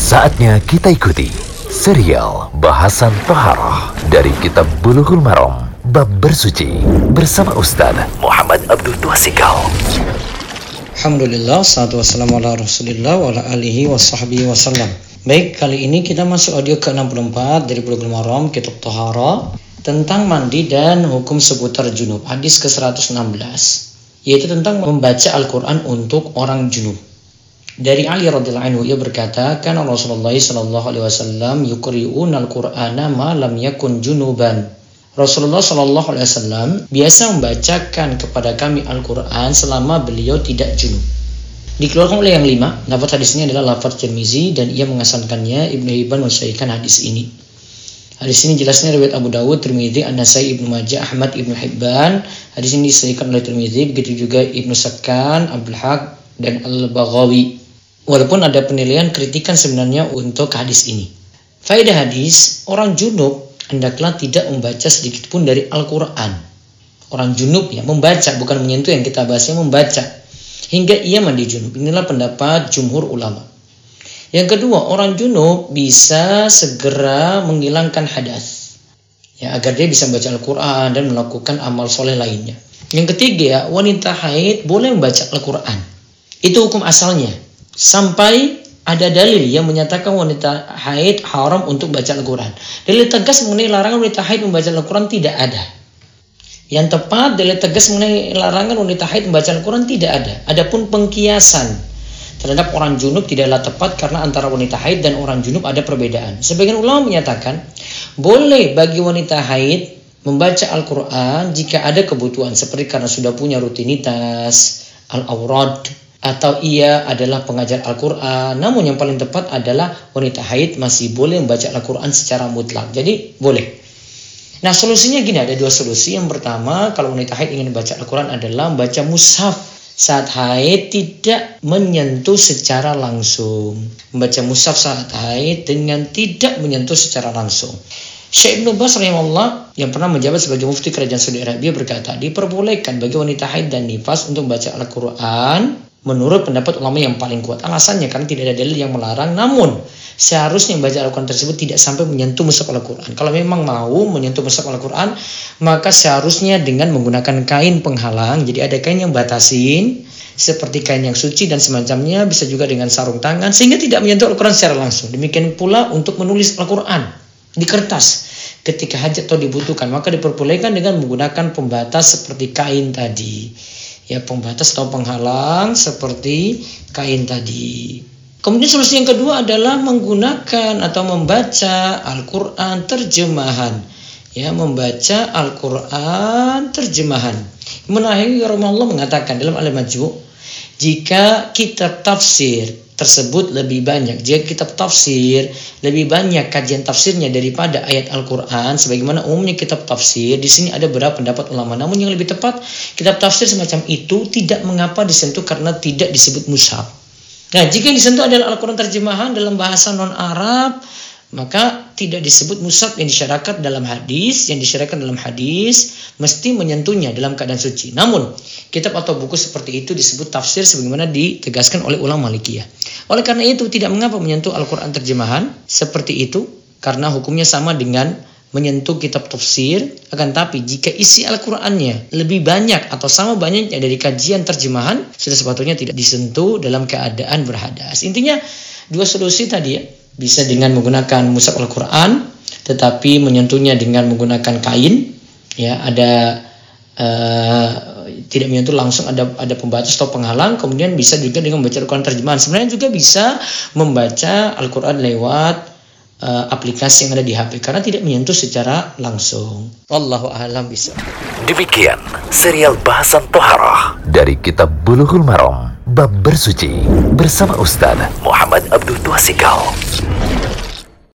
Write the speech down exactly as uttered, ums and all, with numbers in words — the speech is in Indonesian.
Saatnya kita ikuti serial bahasan Toharoh dari Kitab Bulughul Maram Bab Bersuci bersama Ustaz Muhammad Abdul Twasikal. Alhamdulillah, salatu wassalamu ala rasulillah wa ala alihi wa sahbihi wasallam. Baik, kali ini kita masuk audio ke enam puluh empat dari Bulughul Maram Kitab Toharoh tentang mandi dan hukum seputar junub. Hadis ke seratus enam belas, yaitu tentang membaca Al-Quran untuk orang junub. Dari Ali radhiyallahu anhu, ia berkata, "Kana Rasulullah sallallahu alaihi wasallam yuqri'una al-Qur'ana ma lam yakun junuban." Rasulullah sallallahu alaihi wasallam biasa membacakan kepada kami Al-Qur'an selama beliau tidak junub. Dikeluarkan oleh yang lima. Lafaz hadis ini adalah lafaz Tirmizi dan ia mengasankannya. Ibnu Hibban mensahihkan hadis ini. Hadis ini jelasnya riwayat Abu Dawud, Tirmizi, An-Nasai, Ibnu Majah, Ahmad, Ibnu Hibban. Hadis ini disahihkan oleh Tirmizi, begitu juga Ibnu Sakkan, Abdul Haq dan Al-Baghawi. Walaupun ada penilaian kritikan sebenarnya untuk hadis ini. Faedah hadis, orang junub hendaklah tidak membaca sedikit pun dari Al-Quran. Orang junub ya, membaca, bukan menyentuh yang kita bahasnya, membaca. Hingga ia mandi junub. Inilah pendapat jumhur ulama. Yang kedua, orang junub bisa segera menghilangkan hadas, ya, agar dia bisa membaca Al-Quran dan melakukan amal soleh lainnya. Yang ketiga, wanita haid boleh membaca Al-Quran. Itu hukum asalnya. Sampai ada dalil yang menyatakan wanita haid haram untuk baca Al-Quran. Dalil tegas mengenai larangan wanita haid membaca Al-Quran tidak ada. Yang tepat, dalil tegas mengenai larangan wanita haid membaca Al-Quran tidak ada. Adapun pengkiasan terhadap orang junub tidaklah tepat karena antara wanita haid dan orang junub ada perbedaan. Sebagian ulama menyatakan boleh bagi wanita haid membaca Al-Quran jika ada kebutuhan, seperti karena sudah punya rutinitas al-awrad, atau ia adalah pengajar Al-Quran. Namun yang paling tepat adalah wanita haid masih boleh membaca Al-Quran secara mutlak. Jadi boleh. Nah, solusinya gini, ada dua solusi. Yang pertama, kalau wanita haid ingin membaca Al-Quran adalah membaca mushaf saat haid, tidak menyentuh secara langsung. Membaca mushaf saat haid dengan tidak menyentuh secara langsung. Syekh Ibnu Baz rahimahullah yang pernah menjabat sebagai mufti kerajaan Saudi Arabia berkata, diperbolehkan bagi wanita haid dan nifas untuk membaca Al-Quran menurut pendapat ulama yang paling kuat. Alasannya karena tidak ada dalil yang melarang, namun seharusnya membaca Al-Quran tersebut tidak sampai menyentuh mushaf Al-Quran. Kalau memang mau menyentuh mushaf Al-Quran, maka seharusnya dengan menggunakan kain penghalang. Jadi ada kain yang batasin, seperti kain yang suci dan semacamnya, bisa juga dengan sarung tangan, sehingga tidak menyentuh Al-Quran secara langsung. Demikian pula untuk menulis Al-Quran di kertas ketika hajat atau dibutuhkan, maka diperbolehkan dengan menggunakan pembatas seperti kain tadi. Ya, pembatas atau penghalang seperti kain tadi. Kemudian solusi yang kedua adalah menggunakan atau membaca Al-Quran terjemahan. Ya, membaca Al-Quran terjemahan. Ibnu Nawawi rahimahullah mengatakan dalam Al-Majmu', jika kitab tafsir tersebut lebih banyak, jika kitab tafsir lebih banyak kajian tafsirnya daripada ayat Al-Quran, sebagaimana umumnya kitab tafsir, di sini ada beberapa pendapat ulama. Namun yang lebih tepat, kitab tafsir semacam itu tidak mengapa disentuh karena tidak disebut mushaf. Nah, jika yang disentuh adalah Al-Quran terjemahan dalam bahasa non-Arab, maka tidak disebut mushaf yang disyaratkan dalam hadis. Yang disyaratkan dalam hadis mesti menyentuhnya dalam keadaan suci. Namun kitab atau buku seperti itu disebut tafsir sebagaimana ditegaskan oleh ulama Malikiyah. Oleh karena itu tidak mengapa menyentuh Al-Quran terjemahan seperti itu, karena hukumnya sama dengan menyentuh kitab tafsir. Akan tapi jika isi Al-Qurannya lebih banyak atau sama banyaknya dari kajian terjemahan, sudah sepatutnya tidak disentuh dalam keadaan berhadas. Intinya dua solusi tadi ya, bisa dengan menggunakan mushaf Al-Quran, tetapi menyentuhnya dengan menggunakan kain, ya, ada uh, tidak menyentuh langsung, ada ada pembatas atau penghalang. Kemudian bisa juga dengan membaca Al-Quran terjemahan. Sebenarnya juga bisa membaca Al-Quran lewat uh, aplikasi yang ada di H P karena tidak menyentuh secara langsung. Wallahu a'lam bishawab. Demikian serial bahasan Toharoh dari Kitab Bulughul Maram Bab Bersuci bersama Ustaz Muhammad Abdul Twasikal.